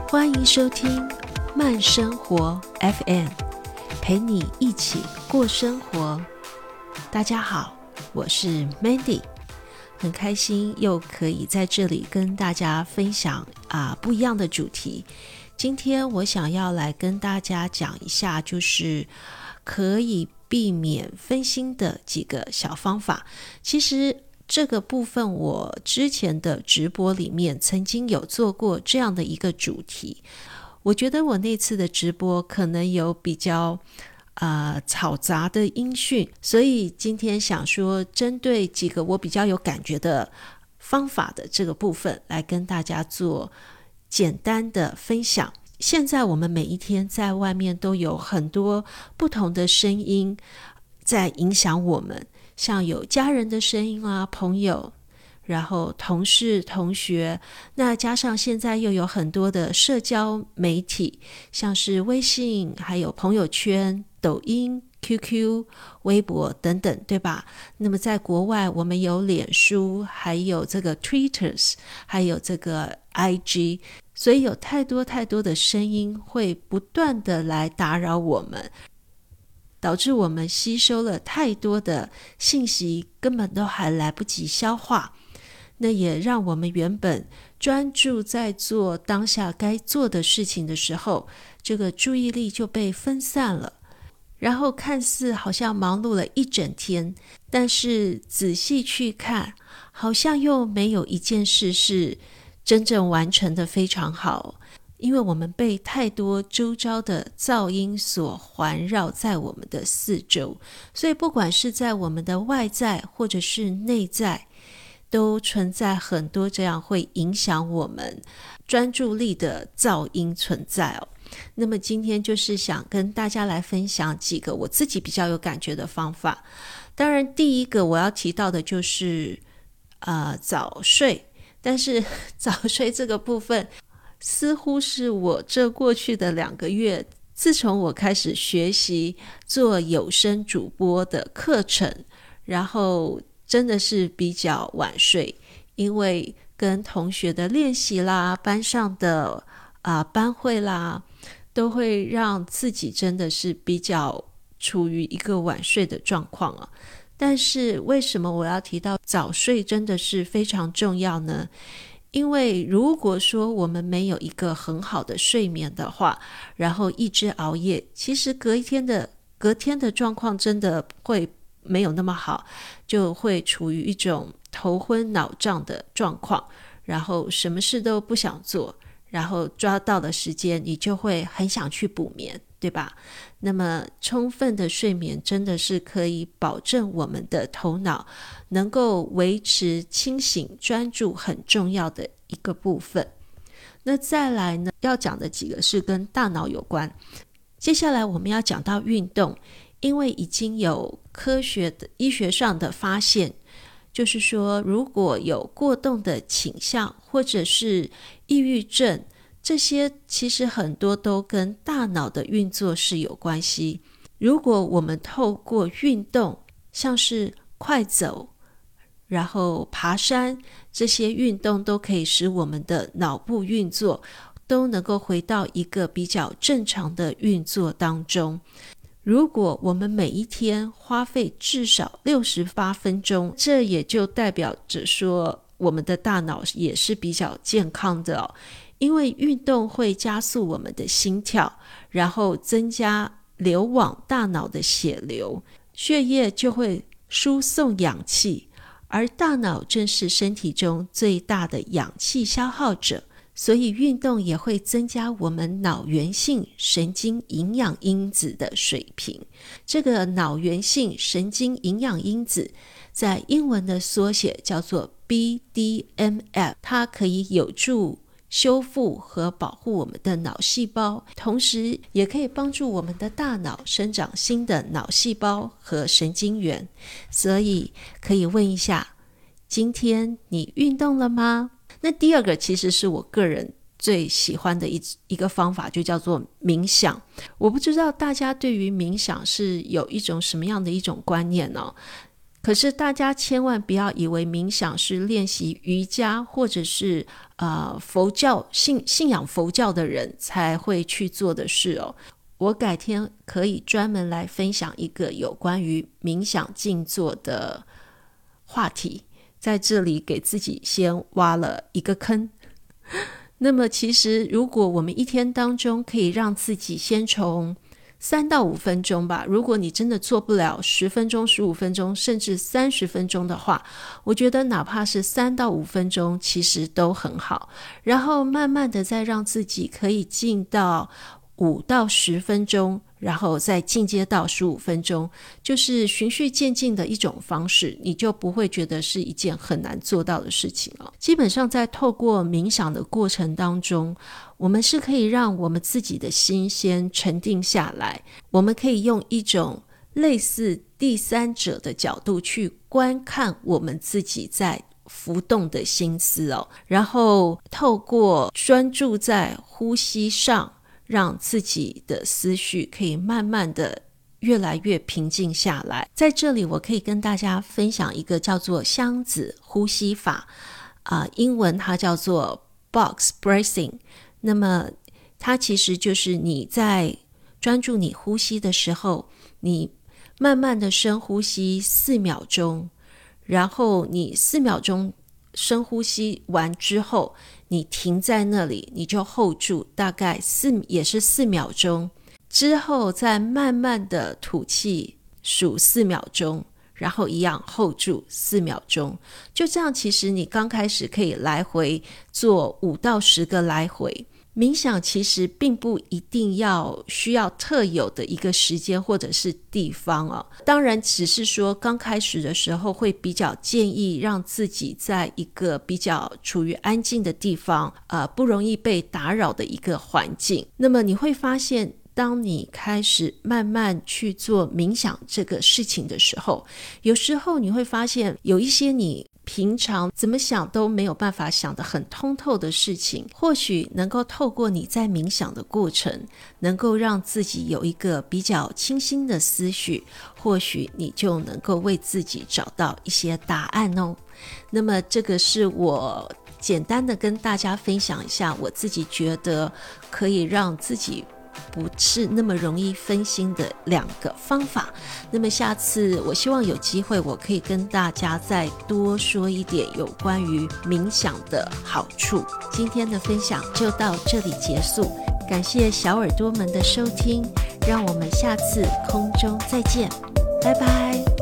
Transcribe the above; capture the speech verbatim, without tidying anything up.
欢迎收听慢生活 F M， 陪你一起过生活。大家好，我是 Mandy， 很开心又可以在这里跟大家分享啊不一样的主题。今天我想要来跟大家讲一下，就是可以避免分心的几个小方法。其实这个部分我之前的直播里面曾经有做过这样的一个主题，我觉得我那次的直播可能有比较呃嘈杂的音讯，所以今天想说针对几个我比较有感觉的方法的这个部分来跟大家做简单的分享。现在我们每一天在外面都有很多不同的声音在影响我们，像有家人的声音啊，朋友，然后同事同学，那加上现在又有很多的社交媒体，像是微信，还有朋友圈、抖音、Q Q、微博等等，对吧？那么在国外我们有脸书，还有这个 Twitter， 还有这个 I G， 所以有太多太多的声音会不断的来打扰我们，导致我们吸收了太多的信息，根本都还来不及消化。那也让我们原本专注在做当下该做的事情的时候，这个注意力就被分散了，然后看似好像忙碌了一整天，但是仔细去看，好像又没有一件事是真正完成的非常好。因为我们被太多周遭的噪音所环绕在我们的四周，所以不管是在我们的外在或者是内在，都存在很多这样会影响我们专注力的噪音存在哦。那么今天就是想跟大家来分享几个我自己比较有感觉的方法。当然第一个我要提到的就是呃早睡，但是早睡这个部分似乎是我这过去的两个月，自从我开始学习做有声主播的课程，然后真的是比较晚睡，因为跟同学的练习啦，班上的、呃、班会啦，都会让自己真的是比较处于一个晚睡的状况啊。但是为什么我要提到早睡真的是非常重要呢？因为如果说我们没有一个很好的睡眠的话，然后一直熬夜，其实隔一天的隔天的状况真的会没有那么好，就会处于一种头昏脑胀的状况，然后什么事都不想做，然后抓到的时间你就会很想去补眠，对吧？那么充分的睡眠真的是可以保证我们的头脑能够维持清醒专注，很重要的一个部分。那再来呢，要讲的几个是跟大脑有关。接下来我们要讲到运动，因为已经有科学的医学上的发现，就是说如果有过动的倾向或者是抑郁症，这些其实很多都跟大脑的运作是有关系。如果我们透过运动，像是快走，然后爬山，这些运动都可以使我们的脑部运作都能够回到一个比较正常的运作当中。如果我们每一天花费至少六十八分钟，这也就代表着说我们的大脑也是比较健康的哦。因为运动会加速我们的心跳，然后增加流往大脑的血流，血液就会输送氧气，而大脑正是身体中最大的氧气消耗者，所以运动也会增加我们脑源性神经营养因子的水平。这个脑源性神经营养因子在英文的缩写叫做 B D N F， 它可以有助修复和保护我们的脑细胞，同时也可以帮助我们的大脑生长新的脑细胞和神经元。所以可以问一下，今天你运动了吗？那第二个其实是我个人最喜欢的 一, 一个方法，就叫做冥想。我不知道大家对于冥想是有一种什么样的一种观念呢、哦？ 可是大家千万不要以为冥想是练习瑜伽或者是呃佛教信信仰佛教的人才会去做的事哦。我改天可以专门来分享一个有关于冥想静坐的话题，在这里给自己先挖了一个坑。那么其实如果我们一天当中可以让自己先从三到五分钟吧，如果你真的做不了十分钟、十五分钟甚至三十分钟的话，我觉得哪怕是三到五分钟其实都很好，然后慢慢的再让自己可以进到五到十分钟，然后再进阶到十五分钟，就是循序渐进的一种方式，你就不会觉得是一件很难做到的事情哦。基本上在透过冥想的过程当中，我们是可以让我们自己的心先沉定下来，我们可以用一种类似第三者的角度去观看我们自己在浮动的心思哦，然后透过专注在呼吸上，让自己的思绪可以慢慢的越来越平静下来。在这里我可以跟大家分享一个叫做箱子呼吸法、呃、英文它叫做 box breathing。 那么它其实就是你在专注你呼吸的时候，你慢慢的深呼吸四秒钟，然后你四秒钟深呼吸完之后，你停在那里，你就 hold 住大概四也是四秒钟，之后再慢慢的吐气数四秒钟，然后一样 hold 住四秒钟。就这样，其实你刚开始可以来回做五到十个来回。冥想其实并不一定要需要特有的一个时间或者是地方哦，当然只是说刚开始的时候会比较建议让自己在一个比较处于安静的地方，呃，不容易被打扰的一个环境。那么你会发现，当你开始慢慢去做冥想这个事情的时候，有时候你会发现有一些你平常怎么想都没有办法想得很通透的事情，或许能够透过你在冥想的过程，能够让自己有一个比较清新的思绪，或许你就能够为自己找到一些答案哦。那么这个是我简单的跟大家分享一下我自己觉得可以让自己不是那么容易分心的两个方法。那么下次我希望有机会我可以跟大家再多说一点有关于冥想的好处。今天的分享就到这里结束，感谢小耳朵们的收听，让我们下次空中再见，拜拜。